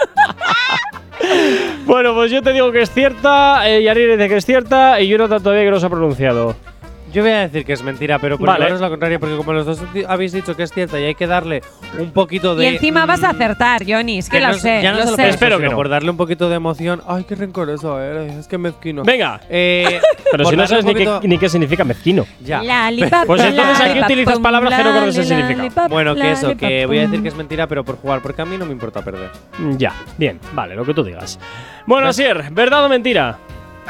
Bueno, pues yo te digo que es cierta, eh, Yarire dice que es cierta y Jonathan todavía que no se ha pronunciado. Yo voy a decir que es mentira, pero por Vale. llevaros la contraria, porque como los dos di- habéis dicho que es cierta y hay que darle un poquito de… Y encima vas a mm, acertar, Johnny, es que, que lo no- sé, ya no lo se lo sé. pienso, Espero que sino no. por darle un poquito de emoción. Ay, qué rencoroso eres, es que mezquino. Venga. Eh, Pero por si no darle sabes un ni qué, poquito- ni qué significa mezquino. Ya. Lollipop, Pues entonces aquí lollipop, utilizas palabras que no pum, conoces el significado. lollipop, Bueno, que eso, que lollipop, voy a decir pum. que es mentira, pero por jugar, porque a mí no me importa perder. Mm, Ya, bien, vale, lo que tú digas. Bueno, Asier, ¿verdad o mentira?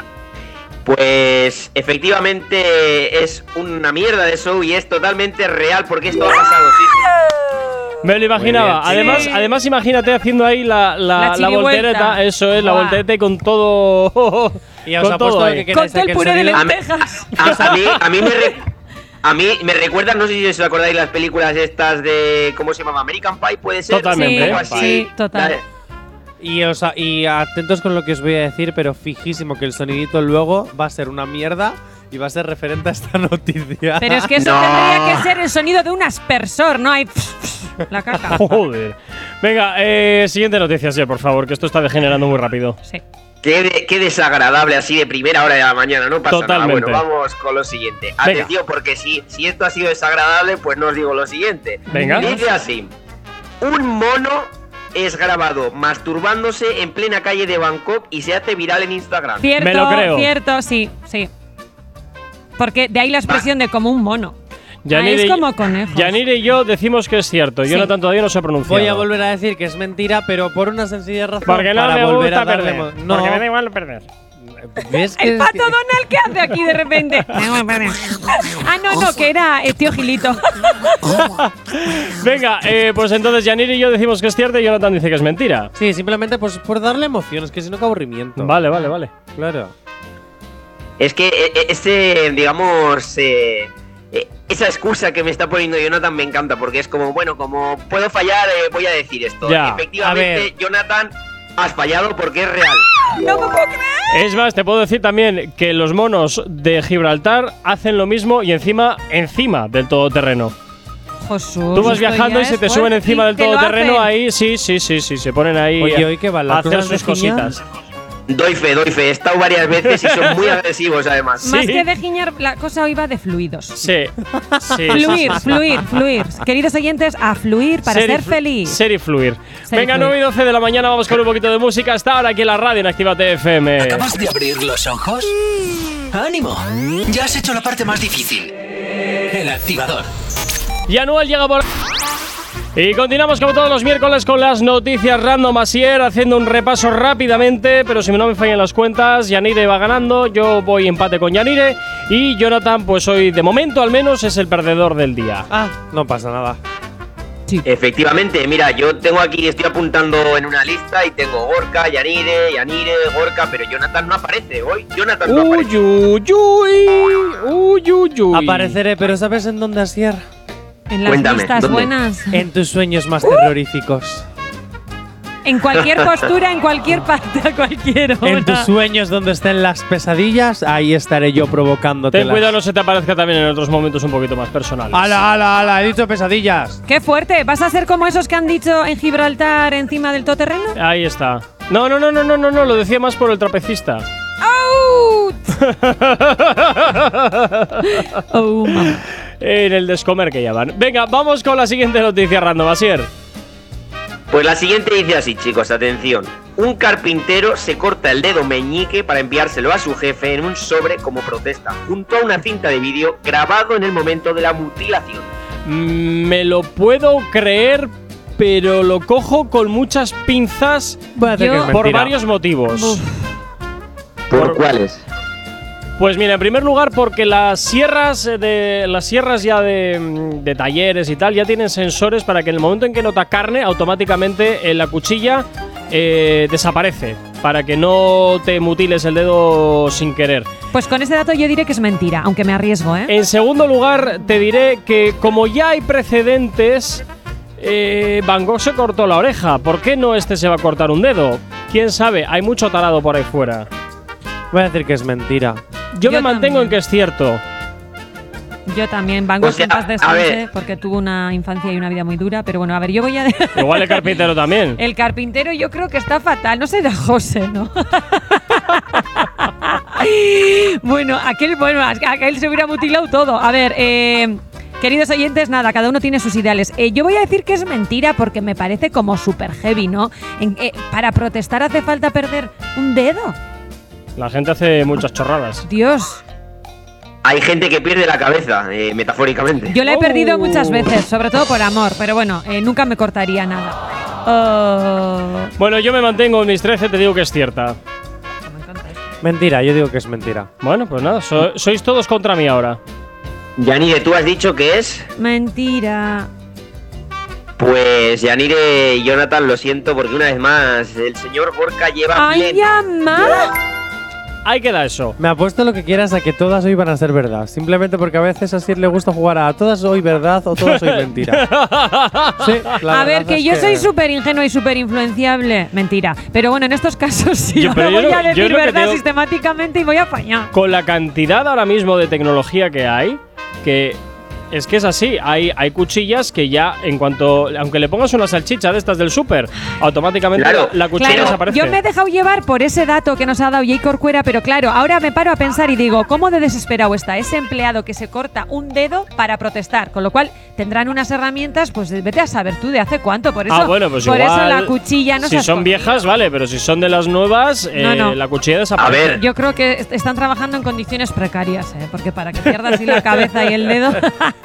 Pues efectivamente es una mierda de show y es totalmente real porque esto ha pasado, sí. Me lo imaginaba. bien, además, sí. además, imagínate haciendo ahí la, la, La la chirivuelta. voltereta. Eso es, la Buah. voltereta y con todo. Y os con apuesto todo a ahí. que Con queráis todo el aquel puré de sonido. A mí, lentejas. a, a mí, a mí me re- a mí me recuerda, no sé si os acordáis las películas estas de ¿cómo se llama? American Pie, puede ser. Totalmente. Un poco Sí, así. sí, total. La- Y, os, a- y atentos con lo que os voy a decir, pero fijísimo que el sonidito luego va a ser una mierda y va a ser referente a esta noticia. Pero es que eso No. tendría que ser el sonido de un aspersor, no hay la caca. Joder. Venga, eh, siguiente noticia, Asier, por favor, que esto está degenerando muy rápido. Sí. Qué, de- qué desagradable así de primera hora de la mañana, no pasa Totalmente. nada. Bueno, vamos con lo siguiente. Atención, porque si, si esto ha sido desagradable, pues no os digo lo siguiente. Venga. Dice así: un mono es grabado masturbándose en plena calle de Bangkok y se hace viral en Instagram. Cierto, Me lo creo. cierto, sí, sí. Porque de ahí la expresión de como un mono. Ah, es como conejos. Yanire y yo decimos que es cierto. Sí. Jonathan todavía no se ha pronunciado. Voy a volver a decir que es mentira, pero por una sencilla razón. Porque no para me volver gusta a darle perder. mo- No, Porque me da igual perder. ¿ves que El es pato que- Donald, ¿qué hace aquí de repente? ah, no, no, que era el tío Gilito. Venga, eh, pues entonces Yanire y yo decimos que es cierto y Jonathan dice que es mentira. Sí, simplemente pues, por darle emoción, es que si no, qué aburrimiento. Vale, vale, vale. Claro. Es que eh, eh, ese, digamos, eh, eh, esa excusa que me está poniendo Jonathan me encanta porque es como, bueno, como puedo fallar, eh, voy a decir esto. Ya, Efectivamente, a ver. Jonathan, has fallado porque es real. No me puedo creer. Es más, te puedo decir también que los monos de Gibraltar hacen lo mismo y encima, encima del todoterreno. Jesús, Tú vas esto viajando ya y se es te fuerte. suben encima del ¿Te lo todoterreno hacen? ahí, sí, sí, sí, sí, se ponen ahí Oye, a, hoy qué van a las hacer cosas sus de giñar. cositas. Doy fe, doy fe. He estado varias veces y son muy agresivos además. Sí. Más que de giñar, la cosa hoy va de fluidos. Sí, sí. Fluir, sí, sí. fluir, fluir. Queridos oyentes, a fluir para Ser y ser flu- feliz. Ser y fluir. Ser y Venga, fluir. nueve y doce de la mañana, vamos con un poquito de música. Hasta ahora aquí en la radio en Actívate F M. ¿Acabas de abrir los ojos? ¡Ánimo! Ya has hecho la parte más difícil. El activador. Y Anuel llega por… Y continuamos como todos los miércoles con las noticias random Asier, haciendo un repaso rápidamente, pero si no me fallan las cuentas, Yanire va ganando, yo voy empate con Yanire y Jonathan, pues hoy de momento al menos es el perdedor del día. Ah, no pasa nada. Efectivamente, mira, yo tengo aquí, estoy apuntando en una lista y tengo Gorka, Yanire, Yanire, Gorka, pero Jonathan no aparece hoy. Jonathan no Uy, aparece. uy, uy, uy, uy, uy. Apareceré, pero ¿sabes en dónde, Asier? En las Cuéntame, listas ¿dónde? buenas. En tus sueños más terroríficos. En cualquier postura, en cualquier parte, a cualquier hora. En tus sueños donde estén las pesadillas, ahí estaré yo provocándote. Ten cuidado, no se te aparezca también en otros momentos un poquito más personales. ¡Hala, hala, hala! He dicho pesadillas. ¡Qué fuerte! ¿Vas a ser como esos que han dicho en Gibraltar encima del todoterreno? Ahí está. No, no, no, no, no, no, no, lo decía más por el trapecista. ¡Out! Oh, man. En el descomer que llaman. Venga, vamos con la siguiente noticia random, Asier. Pues la siguiente dice así, chicos, atención. Un carpintero se corta el dedo meñique para enviárselo a su jefe en un sobre como protesta, junto a una cinta de vídeo grabado en el momento de la mutilación. Mm, me lo puedo creer, pero lo cojo con muchas pinzas Voy a decir Yo- que es por mentira. varios motivos. Uf. ¿Por cuáles? Pues mira, en primer lugar porque las sierras eh, de las sierras ya de, mm, de talleres y tal ya tienen sensores para que en el momento en que nota carne automáticamente eh, la cuchilla eh, desaparece para que no te mutiles el dedo sin querer. Pues con ese dato yo diré que es mentira, aunque me arriesgo, ¿eh? En segundo lugar te diré que como ya hay precedentes, eh, Van Gogh se cortó la oreja. ¿Por qué no este se va a cortar un dedo? ¿Quién sabe? Hay mucho tarado por ahí fuera. Voy a decir que es mentira. Yo, Yo me mantengo también. en que es cierto. Yo también, Van Gogh O sea, en paz a descanse, ver. porque tuvo una infancia y una vida muy dura. Pero bueno, a ver, yo voy a… Igual el carpintero también. El carpintero yo creo que está fatal. No será José, ¿no? Bueno, aquel, bueno, aquel se hubiera mutilado todo. A ver, eh, queridos oyentes, nada, cada uno tiene sus ideales. Eh, yo voy a decir que es mentira porque me parece como súper heavy, ¿no? En- eh, para protestar hace falta perder un dedo. La gente hace muchas chorradas. Dios, Hay gente que pierde la cabeza, eh, metafóricamente. yo la he Oh. perdido muchas veces, sobre todo por amor, pero bueno, eh, nunca me cortaría nada. Oh. Bueno, yo me mantengo en mis trece, te digo que es cierta. Mentira, yo digo que es mentira. Bueno, pues nada, so- sois todos contra mí ahora. Yanire, tú has dicho que es. Mentira. Pues Yanire y Jonathan, lo siento porque una vez más el señor Gorka lleva ¡Ay, bien. llama! Ahí queda eso. Me apuesto lo que quieras a que todas hoy van a ser verdad. Simplemente porque a veces a Sir le gusta jugar a todas hoy verdad o todas hoy mentira. Sí, la A ver, verdad que es yo soy súper ingenua y súper influenciable. Mentira. Pero bueno, en estos casos sí. Yo- pero Yo, yo voy lo- a yo decir lo que verdad digo- sistemáticamente y voy a fallar. Con la cantidad ahora mismo de tecnología que hay, que es que es así, hay, hay cuchillas que ya en cuanto, aunque le pongas una salchicha de estas del súper, automáticamente Claro, la, la cuchilla Claro, desaparece. yo me he dejado llevar por ese dato que nos ha dado Jay Corcuera, pero claro, ahora me paro a pensar y digo, ¿cómo de desesperado está ese empleado que se corta un dedo para protestar? Con lo cual tendrán unas herramientas, pues vete a saber tú de hace cuánto. Por eso, ah, bueno, pues por igual, eso la cuchilla no se si ha son escondido. viejas, vale, pero si son de las nuevas, No, eh, no. la cuchilla desaparece. A ver. Yo creo que est- están trabajando en condiciones precarias, ¿eh? Porque para que pierdas así la cabeza y el dedo…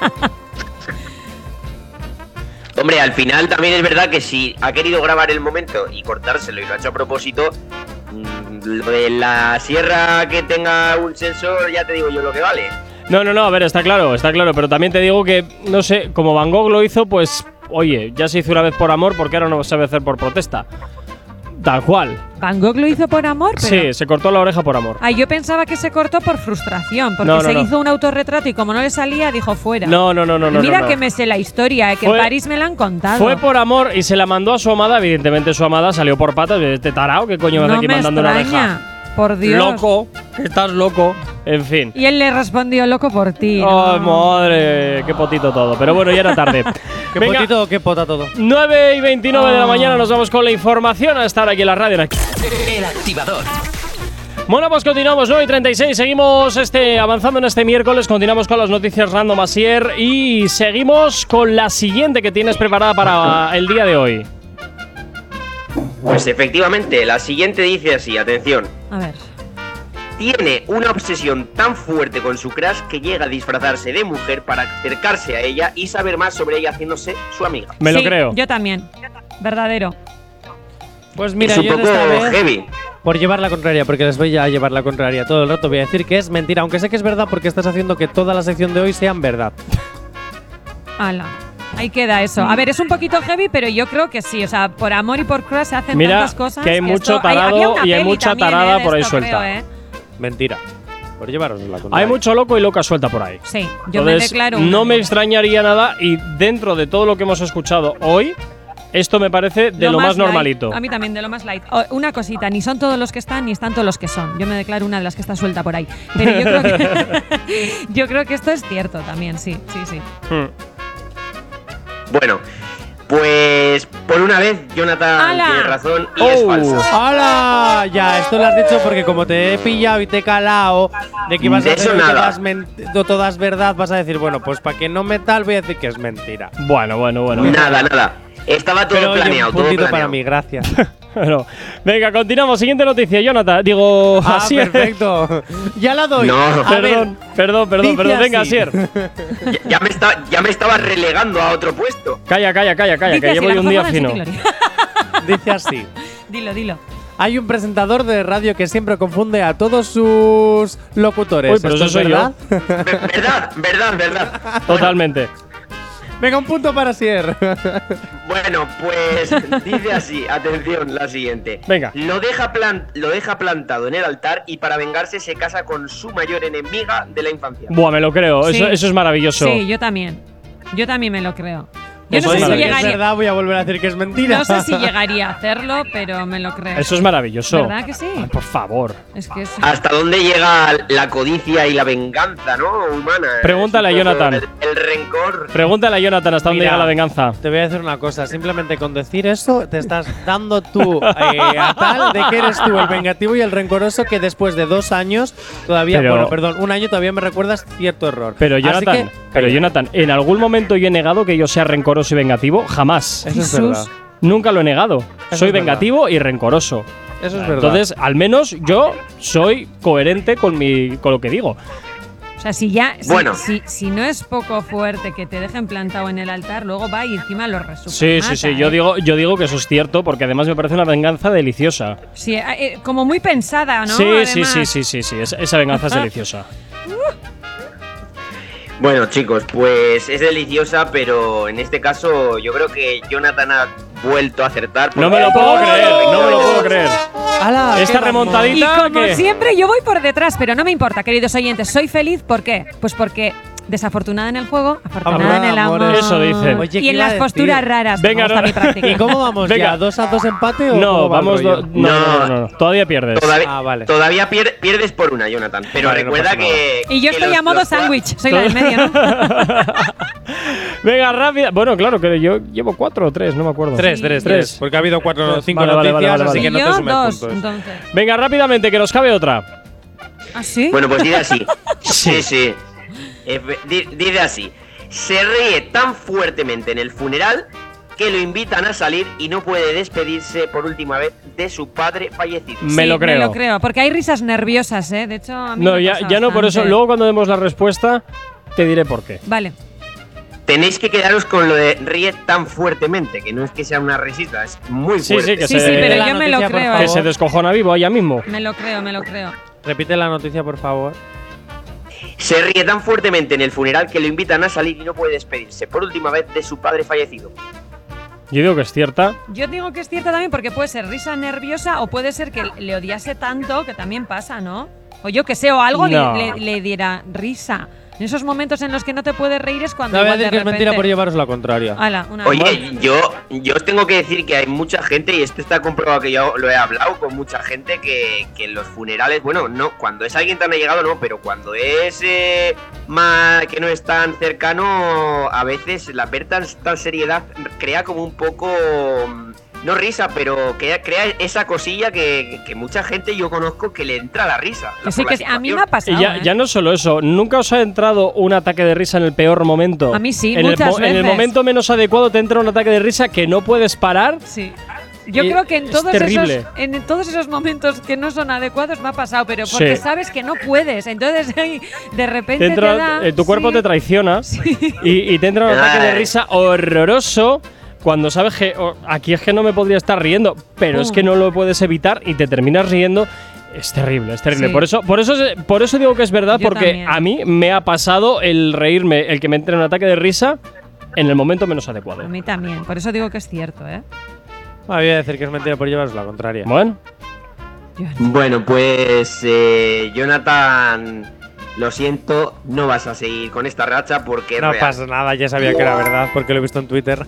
Hombre, al final también es verdad que si ha querido grabar el momento y cortárselo y lo ha hecho a propósito, mm, lo de la sierra que tenga un sensor, ya te digo yo lo que vale. No, no, no, a ver, está claro, está claro, pero también te digo que, no sé, como Van Gogh lo hizo, pues, oye, ya se hizo una vez por amor, porque ahora no sabe hacer por protesta. Tal cual. Van Gogh lo hizo por amor, pero… Sí, se cortó la oreja por amor. Ay, yo pensaba que se cortó por frustración, porque No, no, se no. hizo un autorretrato y como no le salía, dijo fuera. No, no, no, no, Y no. mira no, no. que me sé la historia, eh, que Fue- en París me la han contado. Fue por amor y se la mandó a su amada. Evidentemente, su amada salió por patas. Este tarao, ¿qué coño me hace No aquí me mandando una extraña, oreja? por Dios. Loco, que estás loco. En fin. Y él le respondió, loco por ti. Ay, ¿no? madre, qué potito todo. Pero bueno, ya era tarde. ¿Qué Venga, potito o qué pota todo? nueve y veintinueve de la Oh. mañana nos vamos con la información a estar aquí en la radio. Aquí. El activador. Bueno, pues continuamos, nueve y treinta y seis. Seguimos este, avanzando en este miércoles. Continuamos con las noticias random Asier. Y seguimos con la siguiente que tienes preparada para el día de hoy. Pues efectivamente, la siguiente dice así, atención. A ver. Tiene una obsesión tan fuerte con su crush que llega a disfrazarse de mujer para acercarse a ella y saber más sobre ella haciéndose su amiga. Me lo Sí, creo. Yo también. Verdadero. Pues mira, es un yo poco esta vez, heavy. por llevar la contraria, porque les voy a llevar la contraria todo el rato, voy a decir que es mentira, aunque sé que es verdad porque estás haciendo que toda la sección de hoy sean verdad. Ala. Ahí queda eso. A ver, es un poquito heavy, pero yo creo que sí. O sea, por amor y por crush se hacen Mira, tantas cosas. que hay mucho esto- hay- tarado había una y hay peli mucha también, tarada eh, de por ahí esto, suelta. creo, ¿eh? Mentira. Por llevaros la contraria. Hay mucho loco y loca suelta por ahí. Sí, yo me Entonces, declaro. no una. me extrañaría nada y dentro de todo lo que hemos escuchado hoy, Esto me parece de lo, más, light. normalito. A mí también, de lo más light. Oh, una cosita, ni son todos los que están, ni están todos los que son. Yo me declaro una de las que está suelta por ahí. Pero yo creo que, yo creo que esto es cierto también, sí, sí, sí. Hmm. Bueno, pues por una vez Jonathan ¡Hala! tiene razón y Oh, es falsa. ¡Hala! Ya, esto lo has dicho porque como te he pillado y te he calado de que ibas De a hacer eso hoy nada. todas, ment- todas verdad, vas a decir, bueno, pues para que no me tal voy a decir que es mentira. Bueno, bueno, bueno. Nada, nada. Estaba todo Pero oye, planeado, un todo puntito planeado. para mí, gracias. Bueno, venga, continuamos. Siguiente noticia, Jonathan. Digo, Ah, así perfecto. Ya la doy. No. A ver, Perdón, perdón, perdón, dice perdón. Venga, así. Asier. Ya, ya me está, ya me estaba relegando a otro puesto. Calla, calla, calla, calla, Dice que así, llevo la yo un mejor día boda en fino. City Glory. dice así. Dilo, dilo. Hay un presentador de radio que siempre confunde a todos sus locutores. Uy, pero ¿Esto eso es soy yo. verdad? Ver- verdad, verdad, verdad. Totalmente. Venga, un punto para Sier. Bueno, pues dice así, atención, la siguiente. Venga. Lo deja, plan- lo deja plantado en el altar y para vengarse se casa con su mayor enemiga de la infancia. Buah, me lo creo. Sí. Eso, eso es maravilloso. Sí, yo también. Yo también me lo creo. Yo Eso no es sé si maravilloso. es llegaría. verdad, voy a volver a decir que es mentira. No sé si llegaría a hacerlo, pero me lo creo. Eso es maravilloso. ¿Verdad que sí? Ay, por favor. Es que es. ¿Hasta dónde llega la codicia y la venganza, no? Humana. Pregúntale Es a un poco Jonathan. El, el rencor. Pregúntale a Jonathan hasta dónde Mira. llega la venganza. Te voy a decir una cosa, simplemente con decir eso te estás dando tú eh, a tal de que eres tú el vengativo y el rencoroso que después de dos años todavía, Pero- bueno, perdón, un año todavía me recuerdas cierto error. Pero Así Jonathan, que, pero calla. Jonathan, ¿en algún momento yo he negado que yo sea rencoroso y vengativo? Jamás. Eso es Jesús. verdad. Nunca lo he negado. Eso Soy es verdad. vengativo y rencoroso. Eso es verdad. Entonces, al menos yo soy coherente con mi con lo que digo. O sea, si ya. si- Bueno. Si, si no es poco fuerte que te dejen plantado en el altar, luego va y encima lo resuelve. Sí, sí, sí. Yo digo, yo digo que eso es cierto porque además me parece una venganza deliciosa. Sí, eh, eh, como muy pensada, ¿no? sí, sí, Además. sí, sí, sí, sí. Esa, esa venganza es deliciosa. Bueno, chicos, pues es deliciosa, pero en este caso yo creo que Jonathan ha vuelto a acertar. No me lo puedo creer, no me lo puedo creer. ¡Hala! Esta qué remontadita- Y Ahorita como que- siempre, yo voy por detrás, pero no me importa, queridos oyentes. Soy feliz, ¿por qué? Pues porque desafortunada en el juego, afortunada en el amor. Amores. Eso dicen. Oye, Y ¿qué en iba a las decir? posturas raras. me Venga, gusta no. mi práctica. ¿Y cómo vamos Venga. ya? ¿Dos a dos empate o No, cómo va el vamos. rollo? do- no, no, no, no. Todavía pierdes. Todavía, Ah, vale. todavía pier- pierdes por una, Jonathan. Pero Vale, no recuerda pasa que. Y yo que estoy los- a modo los cua- sándwich, soy la del medio, ¿no? Venga, rápida. Bueno, claro, que yo llevo cuatro o tres, no me acuerdo. Tres, tres, Tres. tres. Porque ha habido cuatro o Tres. cinco Vale, vale, noticias, vale, vale, así vale. que y no te yo sumes dos, puntos. entonces. Venga, rápidamente, que nos cabe otra. ¿Ah, sí? Bueno, pues dice así. Sí, sí. Efe- di- Dice así. Se ríe tan fuertemente en el funeral que lo invitan a salir y no puede despedirse por última vez de su padre fallecido. Me Sí, lo creo. Me lo creo, porque hay risas nerviosas, ¿eh? De hecho, a mí No, me ya, pasa ya no por eso. bastante. Luego, cuando demos la respuesta, te diré por qué. Vale. Tenéis que quedaros con lo de ríe tan fuertemente, que no es que sea una risita, es muy Sí, fuerte. sí, que Sí, se, sí, pero la yo me lo noticia, por creo. que ¿eh? se descojona vivo allá mismo. Me lo creo, me lo creo. Repite la noticia, por favor. Se ríe tan fuertemente en el funeral que lo invitan a salir y no puede despedirse por última vez de su padre fallecido. Yo digo que es cierta. Yo digo que es cierta también porque puede ser risa nerviosa o puede ser que le odiase tanto, que también pasa, ¿no? O yo que sé, o algo le- No. le, le diera risa. En esos momentos en los que no te puedes reír es cuando No voy a igual de decir que es mentira repente- por llevaros la contraria. Ala, una Oye, yo, yo os tengo que decir que hay mucha gente, y esto está comprobado que yo lo he hablado con mucha gente, que, que en los funerales, bueno, no, cuando es alguien tan allegado no, pero cuando es eh, más, que no es tan cercano, a veces la ver tan, tan seriedad crea como un poco, mm, no risa, pero crea, crea esa cosilla que, que mucha gente yo conozco que le entra la risa. Que sí, por la que sí, a mí me situación. ha pasado. Y ya, ¿eh? ya no solo eso, ¿nunca os ha entrado un ataque de risa en el peor momento? A mí sí, en muchas el, mo- En el veces. momento menos adecuado te entra un ataque de risa que no puedes parar. Sí. Yo Y creo que en es todos, esos, terrible. en todos esos momentos que no son adecuados me ha pasado, pero porque Sí. sabes que no puedes. Entonces ahí, de repente Te entra- te da, eh, tu cuerpo sí. te traiciona y, y te entra un ataque de Ay. risa horroroso cuando sabes que oh, aquí es que no me podría estar riendo, pero es Pum. que no lo puedes evitar y te terminas riendo. Es terrible, es terrible. Sí. Por eso, por eso, es- por eso digo que es verdad, Yo porque también. a mí me ha pasado el reírme, el que me entre un ataque de risa en el momento menos adecuado. A mí también, por eso digo que es cierto, ¿eh? Ah, voy a decir que es mentira por llevaros la contraria. Bueno, Yo- Bueno, pues eh, Jonathan lo siento, no vas a seguir con esta racha porque es No real. pasa nada, ya sabía que era verdad porque lo he visto en Twitter.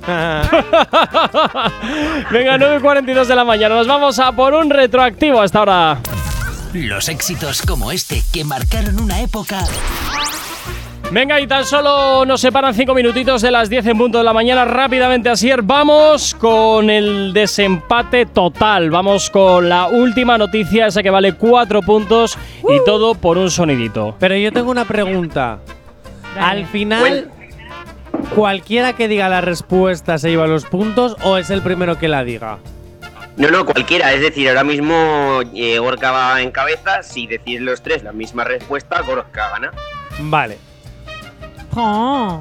Venga, nueve y cuarenta y dos de la mañana. Nos vamos a por un retroactivo hasta ahora. Los éxitos como este que marcaron una época. Venga, y tan solo nos separan cinco minutitos de las diez en punto de la mañana. Rápidamente, Asier, vamos con el desempate total. Vamos con la última noticia, esa que vale cuatro puntos uh. y todo por un sonidito. Pero yo tengo una pregunta. Dale. Al final, ¿cualquiera que diga la respuesta se lleva los puntos o es el primero que la diga? No, no, cualquiera. Es decir, ahora mismo eh, Gorka va en cabeza. Si decís los tres la misma respuesta, Gorka gana. Vale. Oh.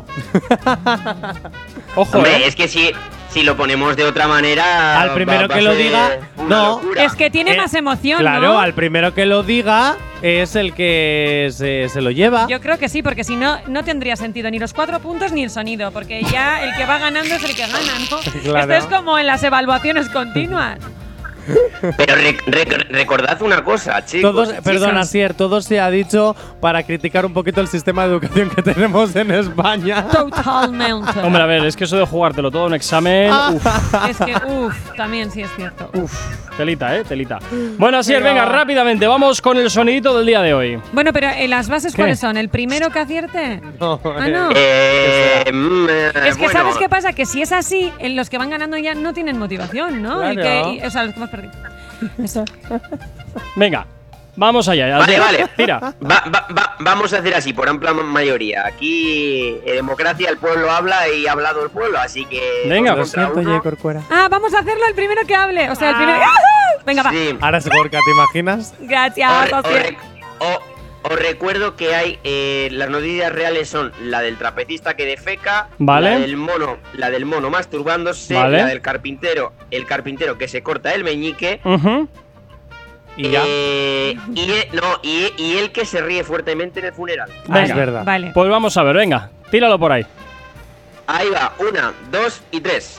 Ojo, Hombre, eh. es que si, si lo ponemos de otra manera. Al primero va, va que a lo ser diga, una no. locura. Es que tiene Eh, más emoción, Claro, ¿no? al primero que lo diga es el que se, se lo lleva. Yo creo que sí, porque si no, no tendría sentido ni los cuatro puntos ni el sonido, porque ya el que va ganando es el que gana, ¿no? Claro. Esto es como en las evaluaciones continuas. Pero rec rec recordad una cosa, chicos. Todos, chicas. perdón, Asier, todo se ha dicho para criticar un poquito el sistema de educación que tenemos en España. Totalmente. Hombre, a ver, es que eso de jugártelo todo en examen. Uf, Es que, uff, también sí es cierto. uf, telita, eh, telita. Bueno, Asier, venga, rápidamente, vamos con el sonidito del día de hoy. Bueno, pero eh, ¿las bases ¿Qué? cuáles son? ¿El primero que acierte? No, Ah, no. Eh, mm, eh, Es que bueno, ¿sabes qué pasa? Que si es así, en los que van ganando ya no tienen motivación, ¿no? El Claro. que, y- o sea, los que hemos perdido. Eso. Venga, vamos allá. Vale, Asier, vale. Tira. Va, va, va, vamos a hacer así, por amplia mayoría. Aquí, en democracia, el pueblo habla y ha hablado el pueblo, así que. Venga, Lo dos contra siento, uno. J. Corcuera. Ah, vamos a hacerlo el primero que hable. O sea, el primero. ¡Ah! Venga, va. Sí. Ahora es Gorka, ¿te imaginas? Gracias, Os, os Asier. rec- o- os recuerdo que hay eh, las noticias reales son la del trapecista que defeca, Vale. la del mono, la del mono masturbándose, Vale. la del carpintero, el carpintero que se corta el meñique. Ujú. Y ya. eh, y, el- no, y, y el que se ríe fuertemente en el funeral. Ah, Venga. es verdad. Vale. Pues vamos a ver, venga, tíralo por ahí. Ahí va, una, dos y tres.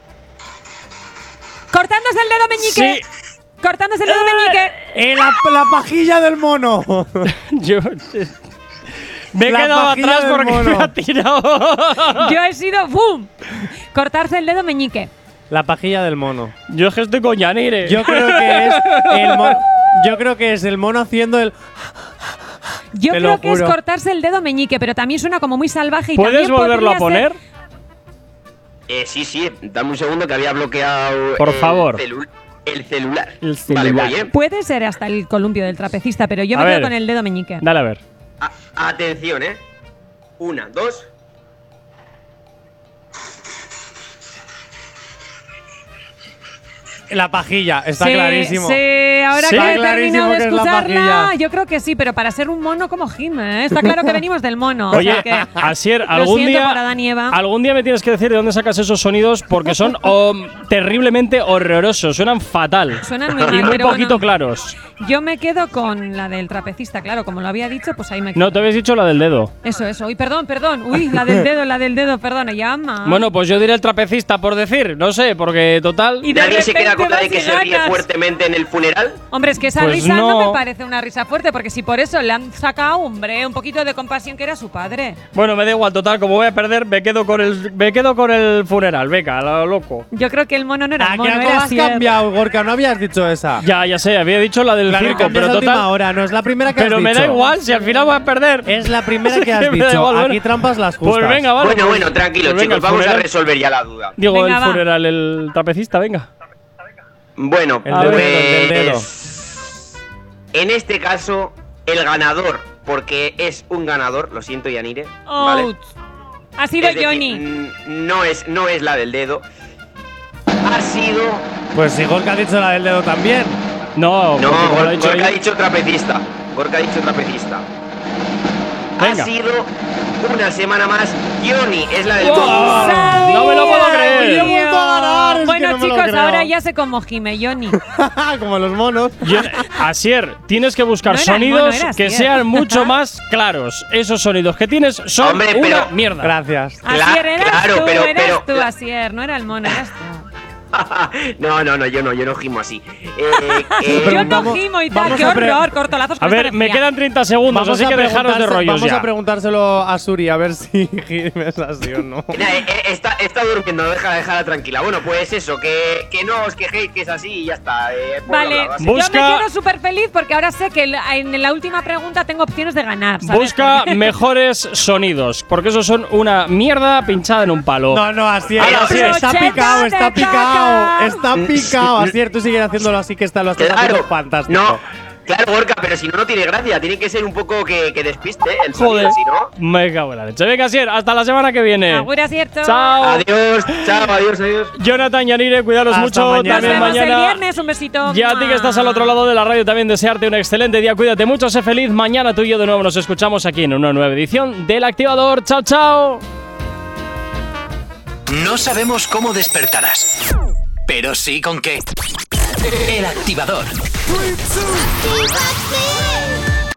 Cortándose el dedo meñique. Sí. Cortándose el dedo meñique. ¡Eh, la, la pajilla del mono! Yo me he La quedado pajilla atrás del porque mono. me ha tirado. Yo he sido ¡bum! Cortarse el dedo meñique. La pajilla del mono. Yo es que estoy con Yanire. Yo creo que es el mono. Yo creo que es el mono haciendo el. Yo Te creo lo que es juro. cortarse el dedo meñique, pero también suena como muy salvaje y ¿Puedes también volverlo a podría ser- poner? Eh, sí, sí, dame un segundo que había bloqueado. Por el favor. celu- el celular. El Vale, celular. voy, ¿eh? Puede ser hasta el columpio del trapecista, pero yo A me ver. quedo con el dedo meñique. Dale a ver. A- atención, ¿eh? Una, dos. La pajilla, está Sí, clarísimo. Sí, ahora Sí. que he Está clarísimo terminado de que es la escucharla, pajilla. yo creo que sí, pero para ser un mono como Gime, ¿eh? Está claro que venimos del mono. o Oye, sea que Asier, lo algún siento día, por Adán y Eva. algún día me tienes que decir de dónde sacas esos sonidos porque son oh, terriblemente horrorosos, suenan fatal Suenan muy y mal, muy pero poquito bueno. claros. Yo me quedo con la del trapecista, claro, como lo había dicho, pues ahí me quedo. No, te habéis dicho la del dedo. Eso, eso. Uy, perdón, perdón. Uy, la del dedo, la del dedo, perdona, llama. Bueno, pues yo diré el trapecista por decir, no sé, porque total. Y de ¿Nadie se queda con la de repente que vas y se ríe ganas. fuertemente en el funeral? Hombre, es que esa Pues risa no. no. me parece una risa fuerte, porque si por eso le han sacado, hombre, un poquito de compasión que era su padre. Bueno, me da igual, total, como voy a perder, me quedo con el me quedo con el funeral, venga, lo loco. Yo creo que el mono no era ¿A el que mono, algo era has Asier. cambiado, Gorka? No habías dicho esa. Ya, ya sé, había dicho la del Claro, circo, cambias pero a última total. hora, no es la primera que Pero has me dicho. da igual, si al final voy a perder. Es la primera que has Me da dicho. igual, bueno. Aquí trampas las justas. Pues venga, vale. bueno, pues- bueno, tranquilo, pues venga, chicos, el vamos a funeral. resolver ya la duda. Digo, Venga, el va. funeral, el trapecista, venga. Bueno, El dedo, pues, el del dedo. en este caso, el ganador, porque es un ganador, lo siento, Yanire, ¿vale? Out. Ha sido Es decir, Johnny. mm, no es, no es la del dedo. Ha sido. Pues si Gorka ha dicho la del dedo también. No, No, porque como lo ha Gor- dicho Gorka ha ella- dicho trapecista. Gorka ha dicho trapecista. Venga. Ha sido una semana más. Johnny es la del ¡Wow! dedo. No me lo puedo Sabía. creer. He vuelto a ganar, es que Bueno, no me lo chicos, creo. ahora ya sé cómo Jime, Johnny. Como los monos. Yo- Asier, tienes que buscar No era el sonidos mono, era que Asier. sean mucho más claros. Esos sonidos que tienes son Hombre, una pero- mierda. Gracias. Cla- Asier, eras claro, tú, pero- eras pero- tú, la- Asier, no era el mono, eras tú. No, no, no, yo no, yo no gimo así. Eh, eh, Yo no gimo y tal, vamos qué a pre- horror, cortolazos con A ver, esta me energía. quedan treinta segundos, así a que dejaros de preguntarse- rollos Vamos ya. a preguntárselo a Suri a ver si gimes así o no. Mira, eh, eh, está, está durmiendo, déjala, déjala tranquila. Bueno, pues eso, que, que no os quejéis, que es así y ya está. Eh, puedo Vale, hablar, así. yo Busca- me quedo súper feliz porque ahora sé que la- en la última pregunta tengo opciones de ganar, ¿sabes? Busca Porque- mejores sonidos, porque esos son una mierda pinchada en un palo. No, no, así es. Ahora así sí. es. Está Brocheta picado, está de picado. caca. Está picado. Así es, tú sigues haciéndolo así que está, lo estás haciendo Claro, fantástico. no, claro, Gorka, pero si no, no tiene gracia. Tiene que ser un poco que, que despiste el sonido, Joder, si no. me cago en la leche. Venga, Asier, hasta la semana que viene. Agur, acierto. Chao. Adiós, chao, adiós, adiós. Jonathan, Yanire, cuidaros Hasta mucho. mañana. Nos También vemos el mañana. viernes, un besito. Y a ti que estás al otro lado de la radio, también desearte un excelente día. Cuídate mucho, sé feliz. Mañana tú y yo de nuevo nos escuchamos aquí en una nueva edición del Activador. Chao, chao. No sabemos cómo despertarás, pero sí con qué. El Activador. Actívate.